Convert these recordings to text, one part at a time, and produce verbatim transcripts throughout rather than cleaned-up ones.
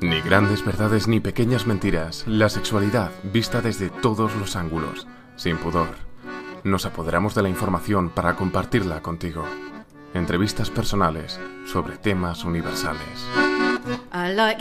Ni grandes verdades ni pequeñas mentiras, la sexualidad vista desde todos los ángulos, sin pudor. Nos apoderamos de la información para compartirla contigo. Entrevistas personales sobre temas universales. La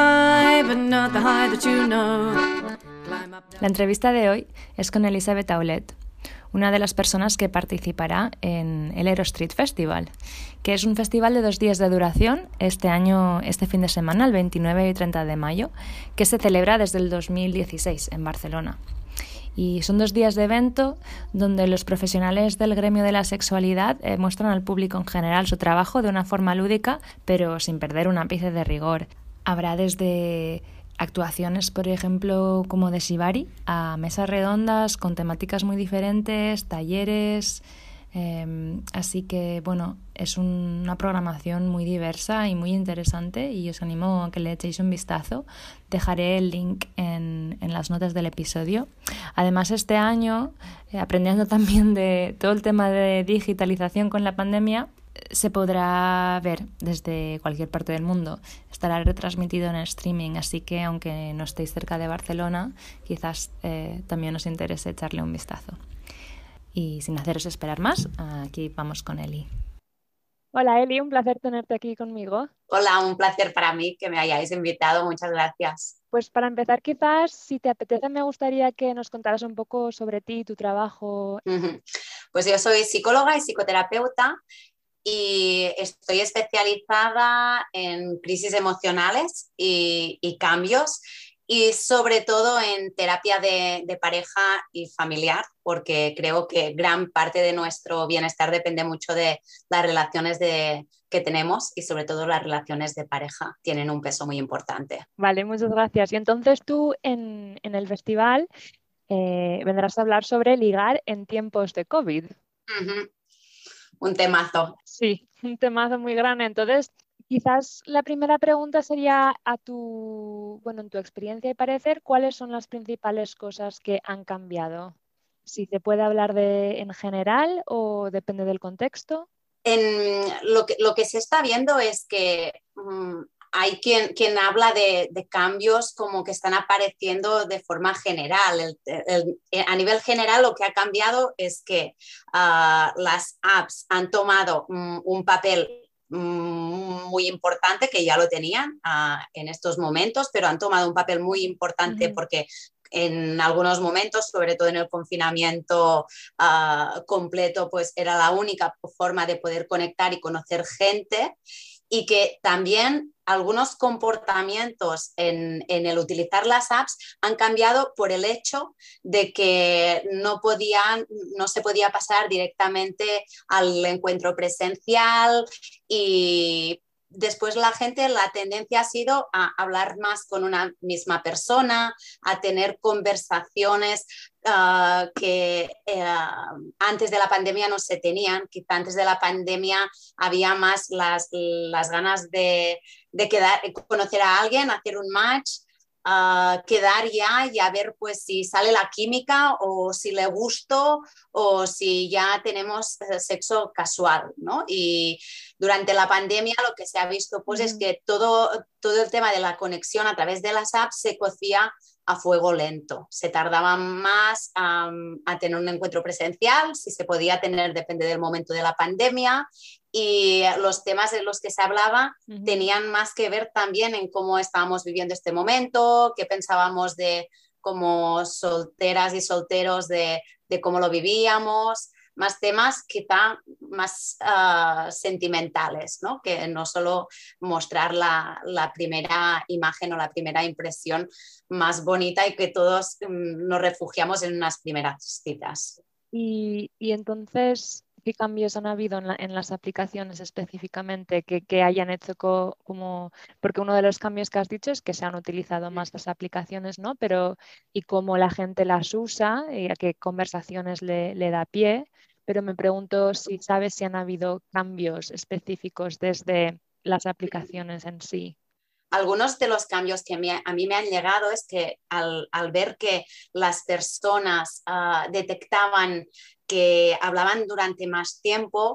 entrevista de hoy es con Elizabeth Aulet, una de las personas que participará en el Aero Street Festival, que es un festival de dos días de duración este año, este fin de semana, el veintinueve y treinta de mayo, que se celebra desde el dos mil dieciséis en Barcelona. Y son dos días de evento donde los profesionales del gremio de la sexualidad eh, muestran al público en general su trabajo de una forma lúdica, pero sin perder un ápice de rigor. Habrá desde actuaciones, por ejemplo, como de Shibari, a mesas redondas con temáticas muy diferentes, talleres. Eh, así que, bueno, es un, una programación muy diversa y muy interesante y os animo a que le echéis un vistazo. Dejaré el link en, en las notas del episodio. Además, este año, eh, aprendiendo también de todo el tema de digitalización con la pandemia, se podrá ver desde cualquier parte del mundo. Estará retransmitido en streaming, así que aunque no estéis cerca de Barcelona, quizás eh, también os interese echarle un vistazo. Y sin haceros esperar más, aquí vamos con Eli. Hola Eli, un placer tenerte aquí conmigo. Hola, un placer para mí que me hayáis invitado, muchas gracias. Pues para empezar, quizás, si te apetece, me gustaría que nos contaras un poco sobre ti, tu trabajo. Uh-huh. Pues yo soy psicóloga y psicoterapeuta y estoy especializada en crisis emocionales y, y cambios, y sobre todo en terapia de, de pareja y familiar, porque creo que gran parte de nuestro bienestar depende mucho de las relaciones de, que tenemos, y sobre todo las relaciones de pareja tienen un peso muy importante. Vale, muchas gracias. Y entonces tú en, en el festival eh, vendrás a hablar sobre ligar en tiempos de COVID. Uh-huh. Un temazo. Sí, un temazo muy grande. Entonces, quizás la primera pregunta sería a tu, bueno, en tu experiencia y parecer, ¿cuáles son las principales cosas que han cambiado? Si te puede hablar de en general o depende del contexto. En lo que, lo que se está viendo es que um, hay quien, quien habla de, de cambios como que están apareciendo de forma general. El, el, a nivel general, lo que ha cambiado es que uh, las apps han tomado um, un papel muy importante, que ya lo tenían uh, en estos momentos, pero han tomado un papel muy importante uh-huh. porque en algunos momentos, sobre todo en el confinamiento uh, completo, pues era la única forma de poder conectar y conocer gente, y que también algunos comportamientos en, en el utilizar las apps han cambiado por el hecho de que no podían, no se podía pasar directamente al encuentro presencial, y después la gente, la tendencia ha sido a hablar más con una misma persona, a tener conversaciones uh, que uh, antes de la pandemia no se tenían. Quizá antes de la pandemia había más las, las ganas de, de quedar, conocer a alguien, hacer un match, Uh, quedar ya y a ver pues si sale la química o si le gusto o si ya tenemos sexo casual, ¿no? Y durante la pandemia lo que se ha visto pues mm. es que todo, todo el tema de la conexión a través de las apps se cocía a fuego lento. Se tardaba más um, a tener un encuentro presencial, si se podía tener depende del momento de la pandemia, y los temas de los que se hablaba uh-huh. tenían más que ver también en cómo estábamos viviendo este momento, qué pensábamos de como solteras y solteros de, de cómo lo vivíamos, más temas quizá más uh, sentimentales, ¿no? Que no solo mostrar la, la primera imagen o la primera impresión más bonita y que todos um, nos refugiamos en unas primeras citas. Y, y entonces, ¿qué cambios han habido en, la, en las aplicaciones específicamente que, que hayan hecho co, como...? Porque uno de los cambios que has dicho es que se han utilizado más las aplicaciones, ¿no? Pero, ¿y cómo la gente las usa? ¿Y a qué conversaciones le, le da pie? Pero me pregunto si sabes si han habido cambios específicos desde las aplicaciones en sí. Algunos de los cambios que a mí me han llegado es que al, al ver que las personas uh, detectaban que hablaban durante más tiempo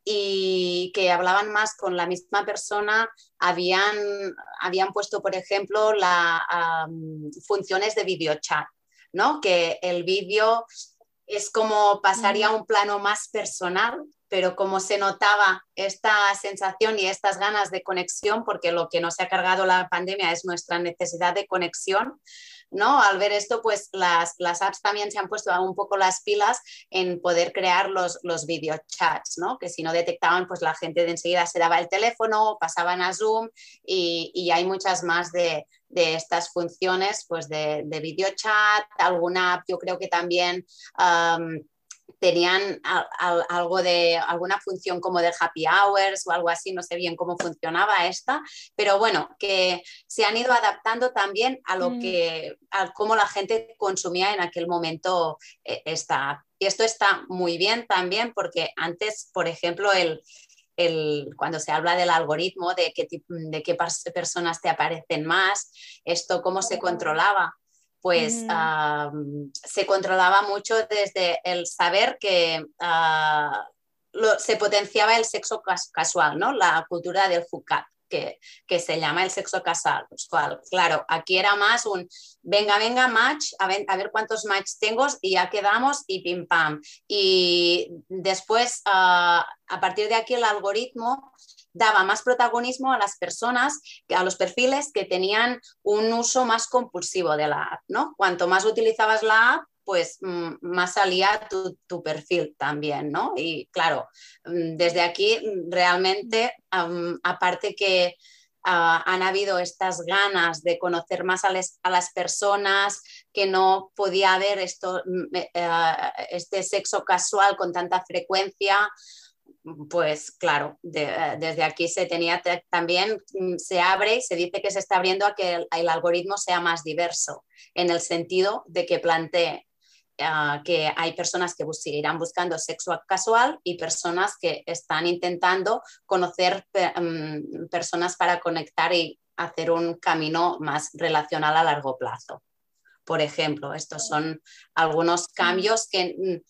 y que hablaban más con la misma persona, habían, habían puesto, por ejemplo, la, um, funciones de videochat, ¿no? Que el vídeo es como pasaría a un plano más personal, pero como se notaba esta sensación y estas ganas de conexión, porque lo que nos ha cargado la pandemia es nuestra necesidad de conexión, ¿no? Al ver esto, pues las, las apps también se han puesto un poco las pilas en poder crear los, los videochats, ¿no? Que si no detectaban, pues la gente de enseguida se daba el teléfono, pasaban a Zoom y, y hay muchas más de, de estas funciones, pues de, de videochat. Alguna app yo creo que también um, tenían a, a, algo de alguna función como de happy hours o algo así, no sé bien cómo funcionaba esta, pero bueno, que se han ido adaptando también a lo que, a cómo la gente consumía en aquel momento eh, esta app. Y esto está muy bien también porque antes, por ejemplo, el, el, cuando se habla del algoritmo, de qué, de qué personas te aparecen más, esto cómo se controlaba. Pues uh, se controlaba mucho desde el saber que uh, lo, se potenciaba el sexo cas casual, ¿no? La cultura del hookup, que, que se llama el sexo casual. Pues, claro, aquí era más un venga, venga, match, a ver, a ver cuántos match tengo y ya quedamos y pim pam. Y después, uh, a partir de aquí, el algoritmo daba más protagonismo a las personas, a los perfiles que tenían un uso más compulsivo de la app, ¿no? Cuanto más utilizabas la app, pues más salía tu, tu perfil también, ¿no? Y claro, desde aquí realmente, um, aparte que Uh, han habido estas ganas de conocer más a, les, a las personas, que no podía haber esto, uh, este sexo casual con tanta frecuencia, pues claro, de, desde aquí se tenía también, se abre y se dice que se está abriendo a que el, el algoritmo sea más diverso, en el sentido de que plantee uh, que hay personas que bus seguirán buscando sexo casual y personas que están intentando conocer um, personas para conectar y hacer un camino más relacional a largo plazo. Por ejemplo, estos son algunos cambios que...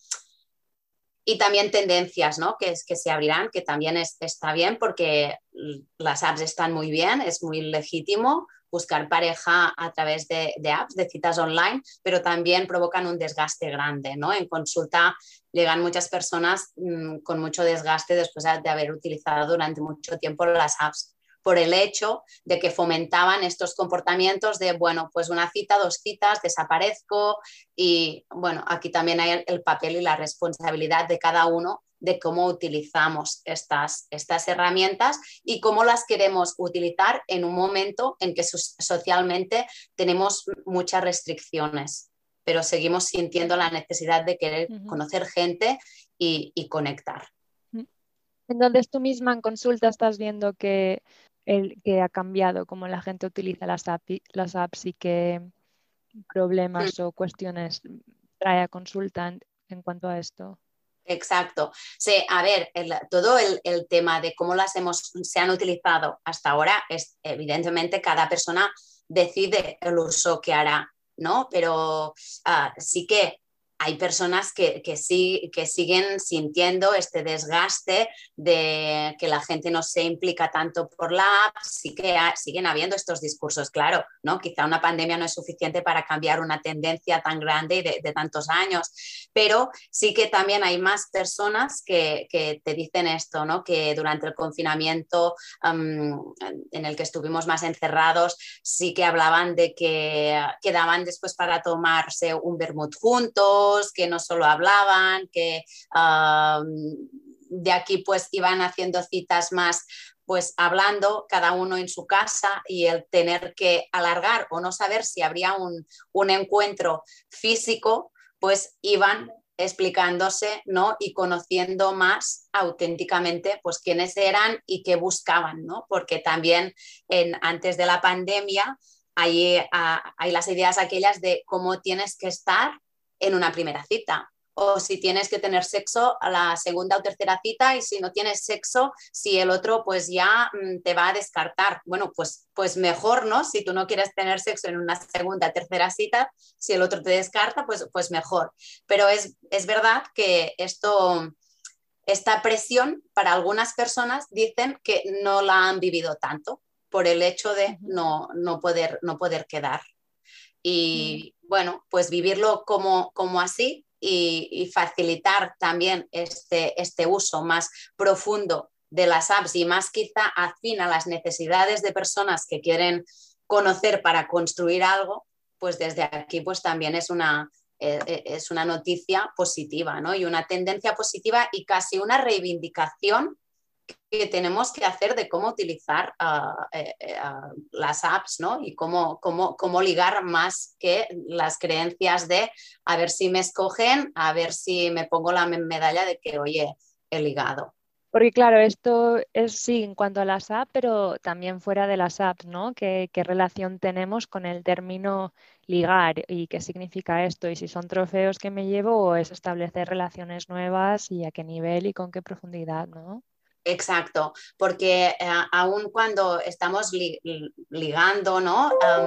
Y también tendencias, ¿no? que, es, que se abrirán, que también es, está bien porque las apps están muy bien, es muy legítimo buscar pareja a través de, de apps, de citas online, pero también provocan un desgaste grande, ¿no? En consulta llegan muchas personas mmm, con mucho desgaste después de haber utilizado durante mucho tiempo las apps, por el hecho de que fomentaban estos comportamientos de, bueno, pues una cita, dos citas, desaparezco y, bueno, aquí también hay el, el papel y la responsabilidad de cada uno de cómo utilizamos estas, estas herramientas y cómo las queremos utilizar en un momento en que socialmente tenemos muchas restricciones, pero seguimos sintiendo la necesidad de querer uh-huh. conocer gente y, y conectar. Entonces tú misma en consulta estás viendo que El, que ha cambiado cómo la gente utiliza las, app, las apps y qué problemas o cuestiones trae a consulta en, en cuanto a esto. Exacto. Sí, a ver, el, todo el, el tema de cómo las hemos, se han utilizado hasta ahora, es evidentemente cada persona decide el uso que hará, ¿no? Pero uh, sí que hay personas que, que, sí, que siguen sintiendo este desgaste de que la gente no se implica tanto por la app, sí que ha, siguen habiendo estos discursos, claro, ¿no? Quizá una pandemia no es suficiente para cambiar una tendencia tan grande y de, de tantos años, pero sí que también hay más personas que, que te dicen esto, ¿no? Que durante el confinamiento um, en el que estuvimos más encerrados, sí que hablaban de que quedaban después para tomarse un vermut juntos, que no solo hablaban, que uh, de aquí pues iban haciendo citas más pues hablando cada uno en su casa y el tener que alargar o no saber si habría un, un encuentro físico, pues iban explicándose, ¿no? Y conociendo más auténticamente pues quiénes eran y qué buscaban, ¿no? Porque también en, antes de la pandemia hay, uh, hay las ideas aquellas de cómo tienes que estar en una primera cita, o si tienes que tener sexo a la segunda o tercera cita, y si no tienes sexo, si el otro pues ya mmm, te va a descartar. Bueno, pues, pues mejor, ¿no? Si tú no quieres tener sexo en una segunda o tercera cita, si el otro te descarta, pues, pues mejor. Pero es, es verdad que esto, esta presión para algunas personas dicen que no la han vivido tanto por el hecho de no, no, poder, no poder quedar. Y mm. bueno, pues vivirlo como, como así, Y, y facilitar también este, este uso más profundo de las apps y más quizá afín a las necesidades de personas que quieren conocer para construir algo, pues desde aquí pues también es una, eh, es una noticia positiva, ¿no? Y una tendencia positiva y casi una reivindicación que tenemos que hacer de cómo utilizar uh, eh, uh, las apps, ¿no? Y cómo, cómo, cómo ligar más que las creencias de a ver si me escogen, a ver si me pongo la medalla de que, oye, he ligado. Porque claro, esto es sí en cuanto a las apps, pero también fuera de las apps, ¿no? ¿Qué, qué relación tenemos con el término ligar y qué significa esto? Y si son trofeos que me llevo o es establecer relaciones nuevas y a qué nivel y con qué profundidad, ¿no? Exacto, porque eh, aun cuando estamos li ligando, ¿no?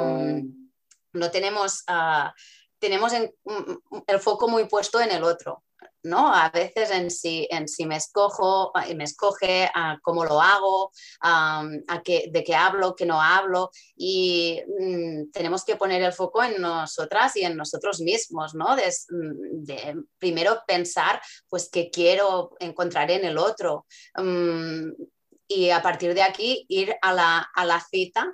Um, no tenemos, uh, tenemos en, um, el foco muy puesto en el otro, ¿no? A veces en si, en si me escojo, me escoge uh, cómo lo hago, um, a qué, de qué hablo, qué no hablo, y um, tenemos que poner el foco en nosotras y en nosotros mismos, ¿no? De, de primero pensar, pues, qué quiero encontrar en el otro, um, y a partir de aquí ir a la, a la cita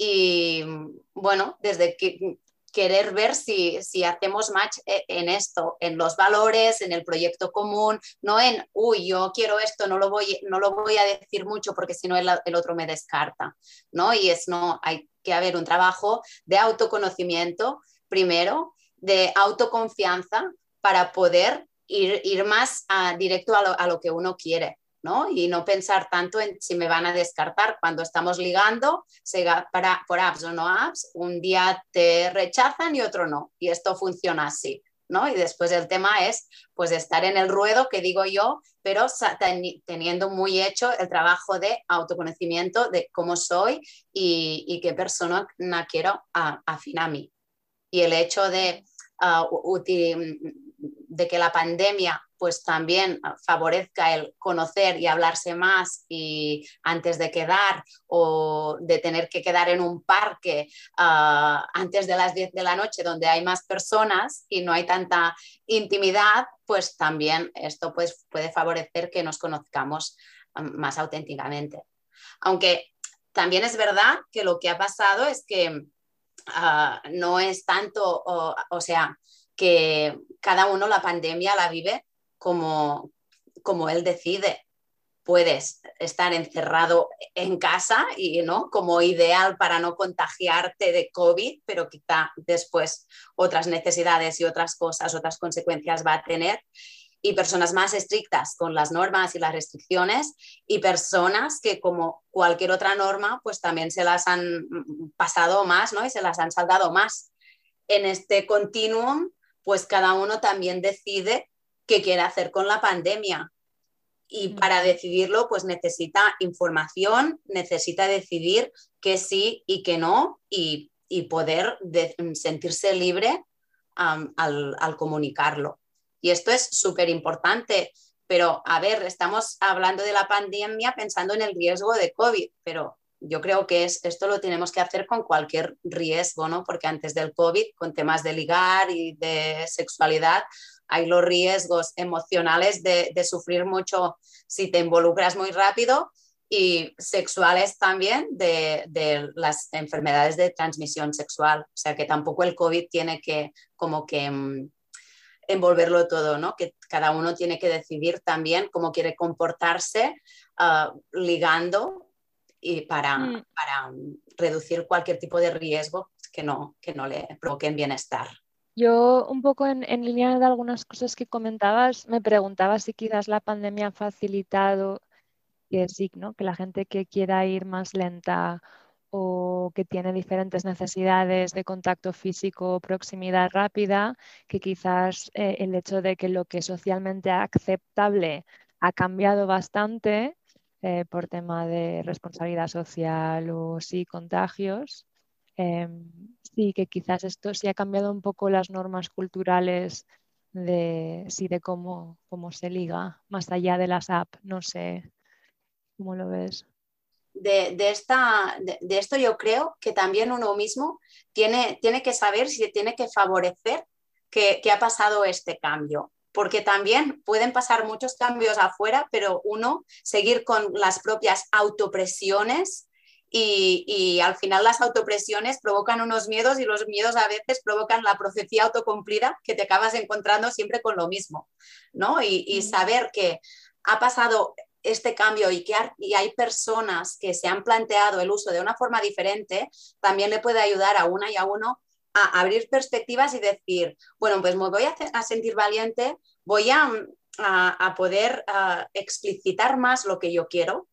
y, bueno, desde que querer ver si, si hacemos match en esto, en los valores, en el proyecto común, no en, uy, yo quiero esto, no lo voy, no lo voy a decir mucho porque si no el, el otro me descarta, ¿no? Y es, no, hay que haber un trabajo de autoconocimiento primero, de autoconfianza para poder ir, ir más a, directo a lo, a lo que uno quiere, ¿no? Y no pensar tanto en si me van a descartar. Cuando estamos ligando, sea para, por apps o no apps, un día te rechazan y otro no. Y esto funciona así, ¿no? Y después el tema es, pues, estar en el ruedo, que digo yo, pero teniendo muy hecho el trabajo de autoconocimiento de cómo soy y, y qué persona quiero a, afín a mí. Y el hecho de, uh, de que la pandemia pues también favorezca el conocer y hablarse más y antes de quedar, o de tener que quedar en un parque uh, antes de las diez de la noche donde hay más personas y no hay tanta intimidad, pues también esto pues puede favorecer que nos conozcamos um, más auténticamente. Aunque también es verdad que lo que ha pasado es que uh, no es tanto, o, o sea, que cada uno la pandemia la vive como, como él decide. Puedes estar encerrado en casa y, ¿no?, como ideal para no contagiarte de COVID, pero quizá después otras necesidades y otras cosas, otras consecuencias va a tener. Y personas más estrictas con las normas y las restricciones, y personas que, como cualquier otra norma, pues también se las han pasado más, ¿no?, y se las han saltado más. En este continuum, pues cada uno también decide qué quiere hacer con la pandemia. Y para decidirlo, pues necesita información, necesita decidir qué sí y qué no, y, y poder de, sentirse libre um, al, al comunicarlo. Y esto es súper importante. Pero, a ver, estamos hablando de la pandemia pensando en el riesgo de COVID, pero yo creo que es, esto lo tenemos que hacer con cualquier riesgo, ¿no? Porque antes del COVID, con temas de ligar y de sexualidad, hay los riesgos emocionales de, de sufrir mucho si te involucras muy rápido, y sexuales también de, de las enfermedades de transmisión sexual. O sea que tampoco el COVID tiene que como que um, envolverlo todo, ¿no? Que cada uno tiene que decidir también cómo quiere comportarse uh, ligando, y para, mm. para um, reducir cualquier tipo de riesgo que no, que no le provoquen bienestar. Yo, un poco en, en línea de algunas cosas que comentabas, me preguntaba si quizás la pandemia ha facilitado que sí, ¿no?, que la gente que quiera ir más lenta o que tiene diferentes necesidades de contacto físico, proximidad rápida, que quizás eh, el hecho de que lo que es socialmente aceptable ha cambiado bastante eh, por tema de responsabilidad social o sí contagios. Eh, sí, que quizás esto sí ha cambiado un poco las normas culturales de, sí, de cómo, cómo se liga, más allá de las apps. No sé cómo lo ves. De, de, esta, de, de esto yo creo que también uno mismo tiene, tiene que saber si tiene que favorecer que, que ha pasado este cambio. Porque también pueden pasar muchos cambios afuera, pero uno seguir con las propias autopresiones y, y al final las autopresiones provocan unos miedos y los miedos a veces provocan la profecía autocumplida que te acabas encontrando siempre con lo mismo, ¿no? Y, y saber que ha pasado este cambio y que y hay personas que se han planteado el uso de una forma diferente, también le puede ayudar a una y a uno a abrir perspectivas y decir, bueno, pues me voy a, a sentir valiente, voy a, a, a poder a explicitar más lo que yo quiero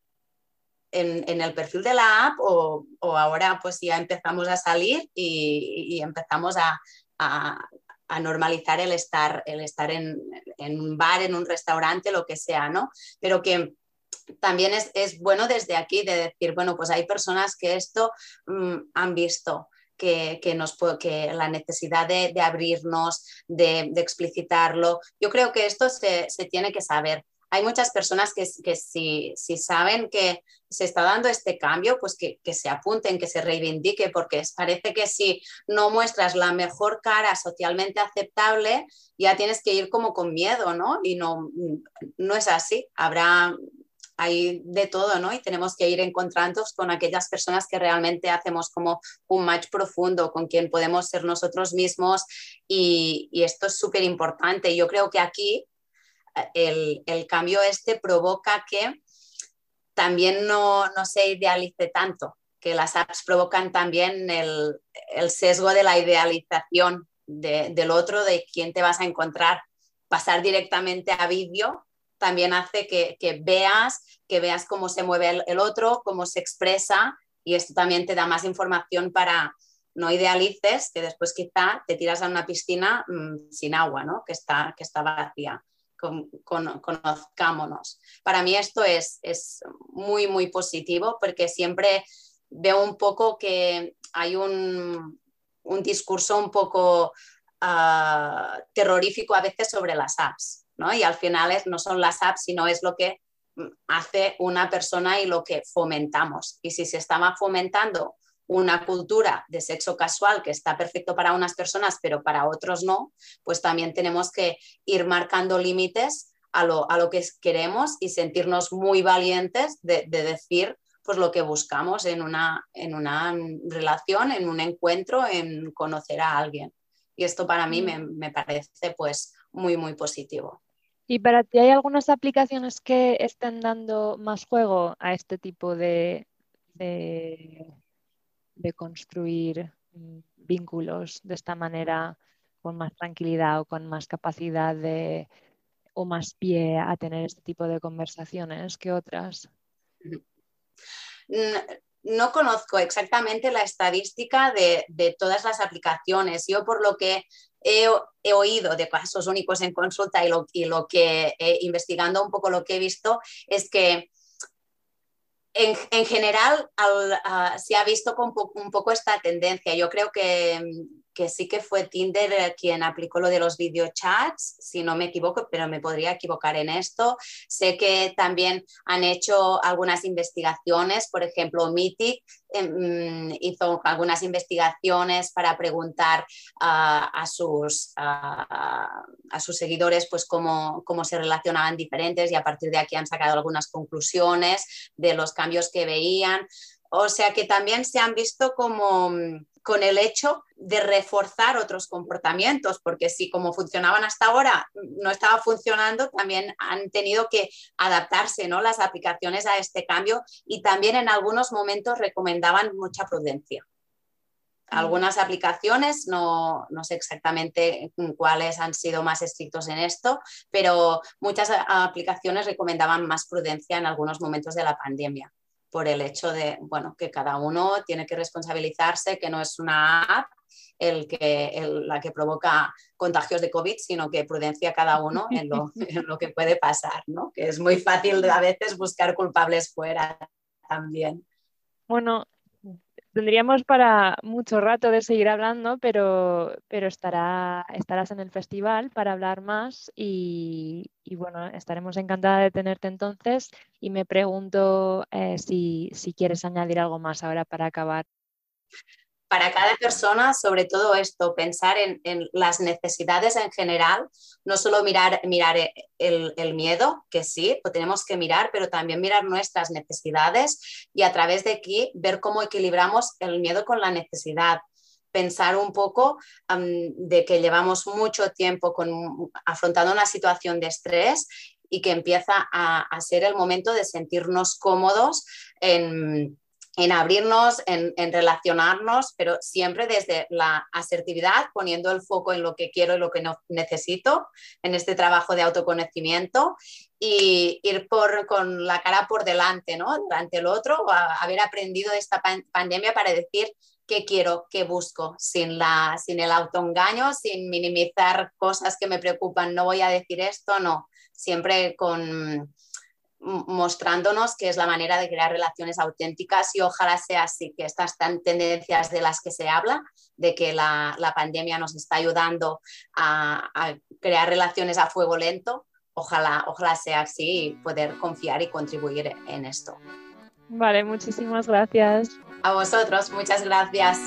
en, en el perfil de la app o, o ahora pues ya empezamos a salir y, y empezamos a, a, a normalizar el estar, el estar en, en un bar, en un restaurante, lo que sea, ¿no? Pero que también es, es bueno desde aquí de decir, bueno, pues hay personas que esto mmm, han visto. Que, que, nos, que la necesidad de, de abrirnos, de, de explicitarlo. Yo creo que esto se, se tiene que saber. Hay muchas personas que, que si, si saben que se está dando este cambio, pues que, que se apunten, que se reivindique, porque parece que si no muestras la mejor cara socialmente aceptable, ya tienes que ir como con miedo, ¿no? Y no, no es así. Habrá... hay de todo, ¿no? Y tenemos que ir encontrándonos con aquellas personas que realmente hacemos como un match profundo, con quien podemos ser nosotros mismos y, y esto es súper importante. Yo creo que aquí el, el cambio este provoca que también no, no se idealice tanto, que las apps provocan también el, el sesgo de la idealización de, del otro, de quién te vas a encontrar. Pasar directamente a vídeo también hace que, que veas, que veas cómo se mueve el, el otro, cómo se expresa y esto también te da más información para no idealices, que después quizá te tiras a una piscina mmm, sin agua, ¿no? que, está, que está vacía. Con, con, conozcámonos. Para mí esto es, es muy, muy positivo porque siempre veo un poco que hay un, un discurso un poco uh, terrorífico a veces sobre las apps, ¿no? Y al final es, no son las apps, sino es lo que hace una persona y lo que fomentamos. Y si se estaba fomentando una cultura de sexo casual que está perfecto para unas personas, pero para otros no, pues también tenemos que ir marcando límites a lo, a lo que queremos y sentirnos muy valientes de, de decir pues lo que buscamos en una, en una relación, en un encuentro, en conocer a alguien. Y esto para mí me, me parece pues muy, muy positivo. ¿Y para ti hay algunas aplicaciones que estén dando más juego a este tipo de, de, de construir vínculos de esta manera con más tranquilidad o con más capacidad de, o más pie a tener este tipo de conversaciones que otras? No, no conozco exactamente la estadística de, de todas las aplicaciones. Yo por lo que he, he oído de casos únicos en consulta y lo, y lo que eh, investigando un poco lo que he visto es que En, en general al, uh, se ha visto con po un poco esta tendencia. Yo creo que, que sí que fue Tinder quien aplicó lo de los videochats, si no me equivoco, pero me podría equivocar en esto. Sé que también han hecho algunas investigaciones, por ejemplo, Mythic eh, hizo algunas investigaciones para preguntar uh, a, sus, uh, a sus seguidores pues, cómo, cómo se relacionaban diferentes y a partir de aquí han sacado algunas conclusiones de los cambios que veían. O sea que también se han visto como con el hecho de reforzar otros comportamientos, porque si como funcionaban hasta ahora no estaba funcionando, también han tenido que adaptarse, ¿no? Las aplicaciones a este cambio y también en algunos momentos recomendaban mucha prudencia. Algunas aplicaciones, no, no sé exactamente cuáles han sido más estrictos en esto, pero muchas aplicaciones recomendaban más prudencia en algunos momentos de la pandemia, por el hecho de, bueno, que cada uno tiene que responsabilizarse, que no es una app el que, el, la que provoca contagios de COVID, sino que prudencia cada uno en lo, en lo que puede pasar, ¿no? Que es muy fácil a veces buscar culpables fuera también. Bueno, tendríamos para mucho rato de seguir hablando, pero, pero estará, estarás en el festival para hablar más y, y bueno, estaremos encantada de tenerte entonces y me pregunto eh, si, si quieres añadir algo más ahora para acabar. Para cada persona, sobre todo esto, pensar en, en las necesidades en general, no solo mirar, mirar el, el miedo, que sí, lo tenemos que mirar, pero también mirar nuestras necesidades y a través de aquí ver cómo equilibramos el miedo con la necesidad. Pensar un poco um, de que llevamos mucho tiempo con, afrontando una situación de estrés y que empieza a, a ser el momento de sentirnos cómodos en... en abrirnos, en, en relacionarnos, pero siempre desde la asertividad, poniendo el foco en lo que quiero y lo que no necesito, en este trabajo de autoconocimiento y ir por, con la cara por delante, ¿no? Durante el otro, a, haber aprendido de esta pan, pandemia para decir qué quiero, qué busco, sin, la, sin el autoengaño, sin minimizar cosas que me preocupan, no voy a decir esto, no, siempre con... mostrándonos que es la manera de crear relaciones auténticas y ojalá sea así, que estas tendencias de las que se habla, de que la, la pandemia nos está ayudando a, a crear relaciones a fuego lento, ojalá, ojalá sea así y poder confiar y contribuir en esto. Vale, muchísimas gracias. A vosotros, muchas gracias.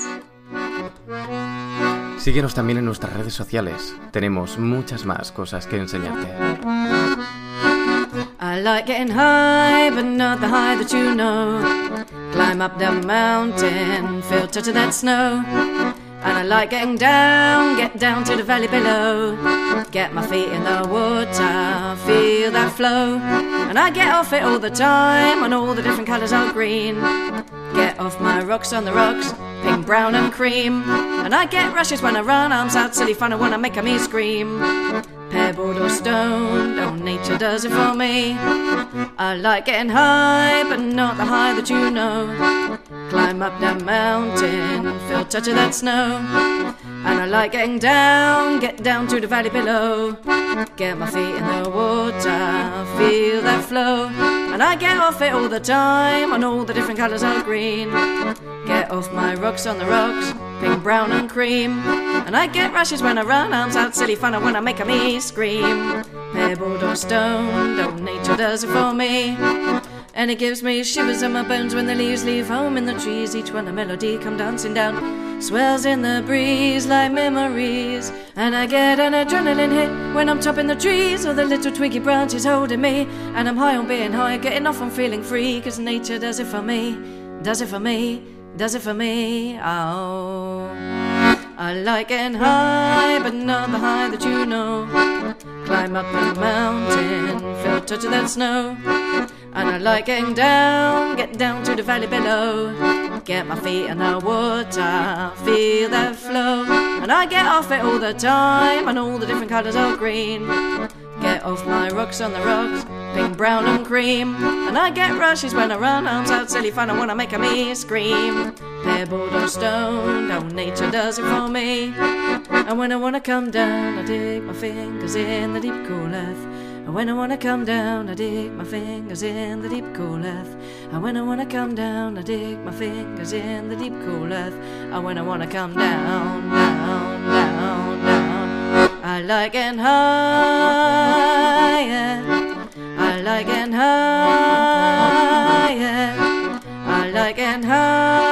Síguenos también en nuestras redes sociales, tenemos muchas más cosas que enseñarte. I like getting high, but not the high that you know. Climb up the mountain, feel touch of that snow. And I like getting down, get down to the valley below. Get my feet in the water, feel that flow. And I get off it all the time, on all the different colours of green. Get off my rocks on the rocks, pink, brown and cream. And I get rushes when I run, arms out, silly fun, I wanna make me scream. Pebbled or stoned, oh nature does it for me. I like getting high, but not the high that you know. Climb up the mountain, feel touch of that snow. And I like getting down, get down to the valley below. Get my feet in the water, feel that flow. And I get off it all the time, on all the different colours of green. Get off my rocks on the rocks, pink, brown and cream. And I get rushes when I run, arms out, silly fun, I wanna make me scream. Pebbled or stoned, oh nature does it for me. And it gives me shivers in my bones when the leaves leave home in the trees. Each one a melody come dancing down, swells in the breeze like memories. And I get an adrenaline hit when I'm chopping the trees, or the little twiggy branches holding me. And I'm high on being high, getting off on feeling free, cause nature does it for me, does it for me, does it for me, oh. I like getting high, but not the high that you know. Climb up the mountain, feel touch of that snow. And I like getting down, get down to the valley below. Get my feet in the water, feel that flow. And I get off it all the time, on all the different colours of green. Get off my rocks on the rocks, pink, brown and cream. And I get rushes when I run, arms out, silly fun, I wanna make me scream. Pebbled or stoned, oh nature does it for me. And when I wanna come down, I dig my fingers in the deep cool earth. And when I wanna come down, I dig my fingers in the deep cool earth. And when I wanna come down, I dig my fingers in the deep cool earth. And when I wanna come down, down, down, down. I like getting high, yeah. I like getting high, yeah. I like getting high.